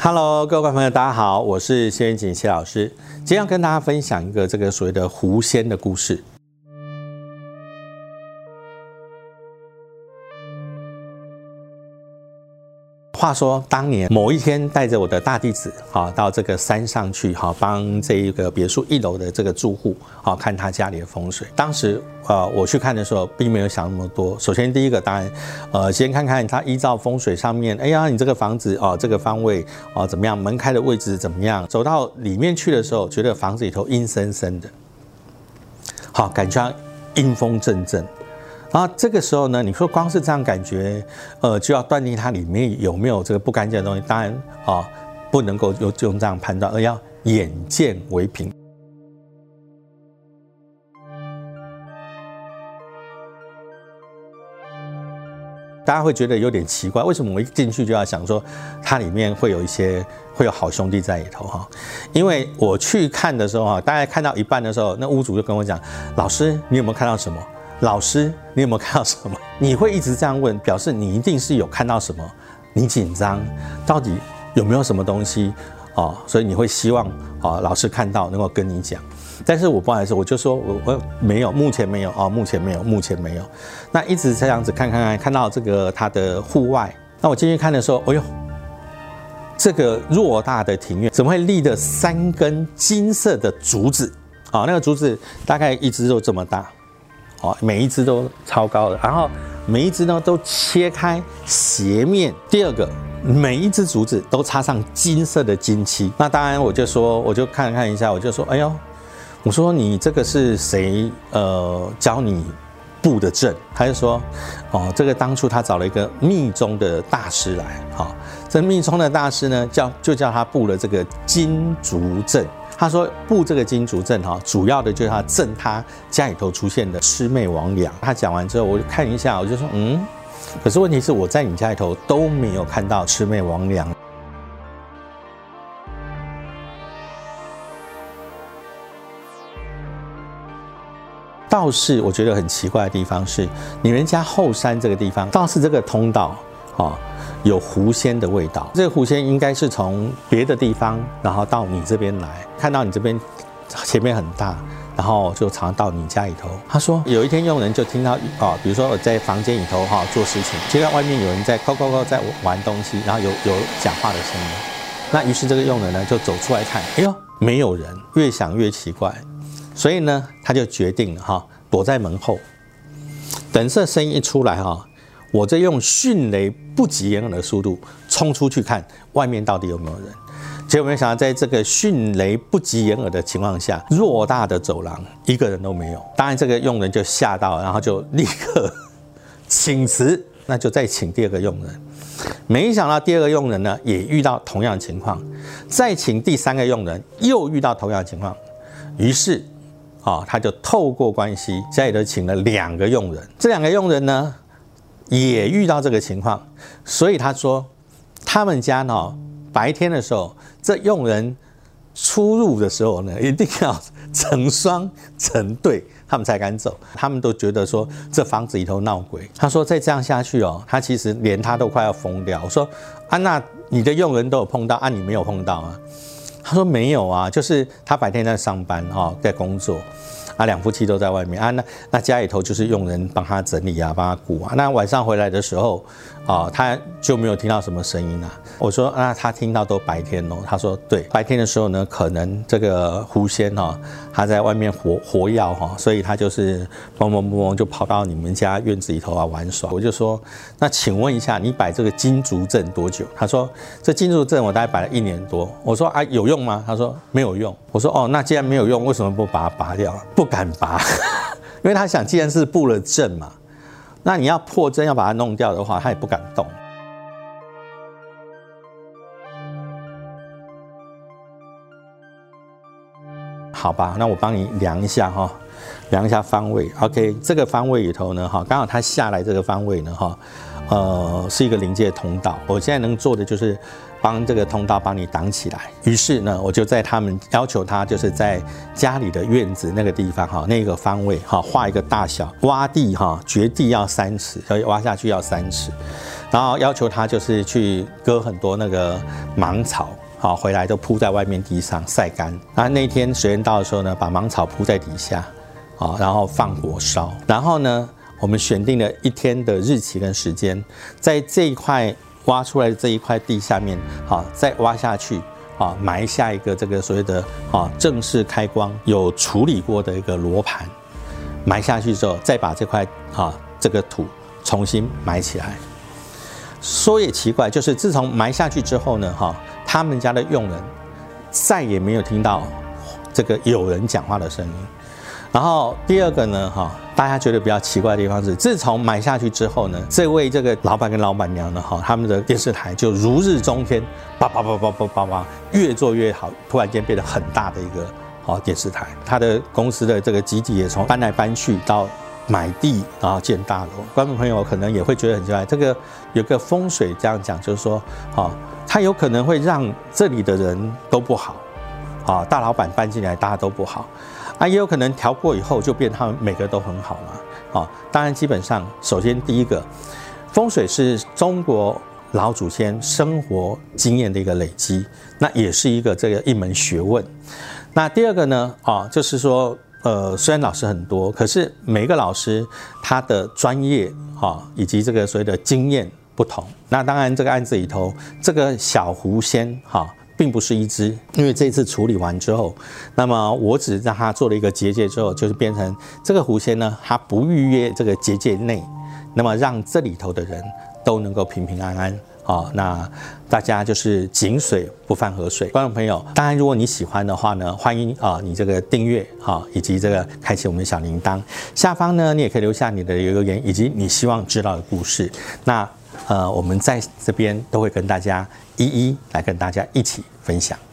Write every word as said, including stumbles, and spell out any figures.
Hello， 各位观众朋友，大家好，我是谢元锦谢老师。今天要跟大家分享一个这个所谓的狐仙的故事。话说当年某一天，带着我的大弟子啊到这个山上去，哈，帮这一个别墅一楼的这个住户啊看他家里的风水。当时呃我去看的时候，并没有想那么多。首先第一个当然呃先看看他依照风水上面，哎呀你这个房子哦这个方位哦怎么样，门开的位置怎么样。走到里面去的时候，觉得房子里头阴森森的，好感觉阴风阵阵。然后这个时候呢，你说光是这样感觉，呃，就要断定它里面有没有这个不干净的东西，当然啊、哦，不能够用用这样判断，而要眼见为凭。大家会觉得有点奇怪，为什么我一进去就要想说，它里面会有一些会有好兄弟在里头哈？因为我去看的时候哈，大概看到一半的时候，那屋主就跟我讲：“老师，你有没有看到什么？”老师，你有没有看到什么？你会一直这样问，表示你一定是有看到什么，你紧张，到底有没有什么东西哦？所以你会希望哦，老师看到能够跟你讲。但是我不好意思，我就说我我没有，目前没有哦，目前没有，目前没有。那一直这样子看看看，看到这个它的户外，那我进去看的时候，哎呦，这个偌大的庭院怎么会立着三根金色的竹子？啊、哦，那个竹子大概一只都这么大。哦，每一只都超高的，然后每一只呢都切开斜面。第二个，每一只竹子都插上金色的金漆。那当然，我就说，我就看看一下，我就说，哎呦，我说你这个是谁呃教你布的阵？他就说，哦，这个当初他找了一个密宗的大师来，好、哦，这密宗的大师呢叫就叫他布了这个金竹阵。他说布这个金竹阵哈，主要的就是他镇他家里头出现的魑魅魍魉。他讲完之后，我就看一下，我就说嗯，可是问题是我在你家里头都没有看到魑魅魍魉。倒是我觉得很奇怪的地方是，你们家后山这个地方倒是这个通道啊。有狐仙的味道，这个狐仙应该是从别的地方，然后到你这边来，看到你这边前面很大，然后就常到你家里头。他说有一天佣人就听到啊，比如说我在房间里头哈做事情，接到外面有人在扣扣扣在玩东西，然后有有讲话的声音。那于是这个佣人呢就走出来看，哎呦没有人，越想越奇怪，所以呢他就决定了哈躲在门后，等这声音一出来哈。我在用迅雷不及掩耳的速度冲出去看外面到底有没有人，结果没想到在这个迅雷不及掩耳的情况下，偌大的走廊一个人都没有。当然这个佣人就吓到了，然后就立刻请辞，那就再请第二个佣人。没想到第二个佣人呢也遇到同样的情况，再请第三个佣人又遇到同样的情况，于是啊、哦、他就透过关系家里头请了两个佣人，这两个佣人呢。也遇到这个情况，所以他说，他们家呢白天的时候，这佣人出入的时候呢，一定要成双成对，他们才敢走。他们都觉得说这房子里头闹鬼。他说再这样下去哦，他其实连他都快要疯掉。我说啊，那你的佣人都有碰到啊，你没有碰到啊？他说没有啊，就是他白天在上班哈，在工作。啊，两夫妻都在外面啊，那那家里头就是佣人帮他整理啊，帮他顾啊。那晚上回来的时候，啊，他就没有听到什么声音啊。我说，那他听到都白天哦。他说，对，白天的时候呢，可能这个狐仙哈、哦，他在外面活活跃哈，所以他就是嘣嘣嘣嘣就跑到你们家院子里头啊玩耍。我就说，那请问一下，你摆这个金竹阵多久？他说，这金竹阵我大概摆了一年多。我说啊，有用吗？他说没有用。我说哦，那既然没有用，为什么不把它拔掉？不敢拔，因为他想，既然是布了阵嘛，那你要破阵要把它弄掉的话，他也不敢动。好吧，那我帮你量一下哈，量一下方位。OK， 这个方位里头呢，哈，刚好它下来这个方位呢，哈，呃，是一个临界通道。我现在能做的就是帮这个通道帮你挡起来。于是呢，我就在他们要求他就是在家里的院子那个地方哈，那个方位哈，画一个大小，挖地哈，掘地要三尺，要挖下去要三尺。 然后要求他就是去割很多那个芒草，好，回来都铺在外面地上晒干。然后那天时间到的时候呢，把芒草铺在底下，好，然后放火烧。然后呢，我们选定了一天的日期跟时间，在这一块挖出来的这一块地下面，好，再挖下去。啊，埋下一个这个所谓的啊正式开光有处理过的一个罗盘，埋下去之后，再把这块啊这个土重新埋起来。说也奇怪，就是自从埋下去之后呢，哈，他们家的佣人再也没有听到这个有人讲话的声音。然后第二个呢，哈，大家觉得比较奇怪的地方是，自从埋下去之后呢，这位这个老板跟老板娘呢，哈，他们的电视台就如日中天，叭叭叭叭叭叭叭，越做越好，突然间变得很大的一个好电视台。他的公司的这个基地也从搬来搬去到买地，然后建大楼。观众朋友可能也会觉得很奇怪，这个有个风水这样讲，就是说，好，它有可能会让这里的人都不好，啊，大老板搬进来大家都不好。啊，也有可能调过以后就变他们每个都很好嘛。啊，当然基本上，首先第一个，风水是中国老祖先生活经验的一个累积，那也是一个这个一门学问。那第二个呢，啊，就是说，呃，虽然老师很多，可是每个老师他的专业啊以及这个所谓的经验不同。那当然这个案子里头，这个小狐仙哈。并不是一只，因为这一次处理完之后，那么我只让他做了一个结界之后，就是变成这个狐仙呢，他不预约这个结界内，那么让这里头的人都能够平平安安啊、哦。那大家就是井水不犯河水。观众朋友，当然如果你喜欢的话呢，欢迎啊、哦、你这个订阅哈、哦，以及这个开启我们的小铃铛。下方呢，你也可以留下你的留言，以及你希望知道的故事。那呃，我们在这边都会跟大家一一来跟大家一起分享。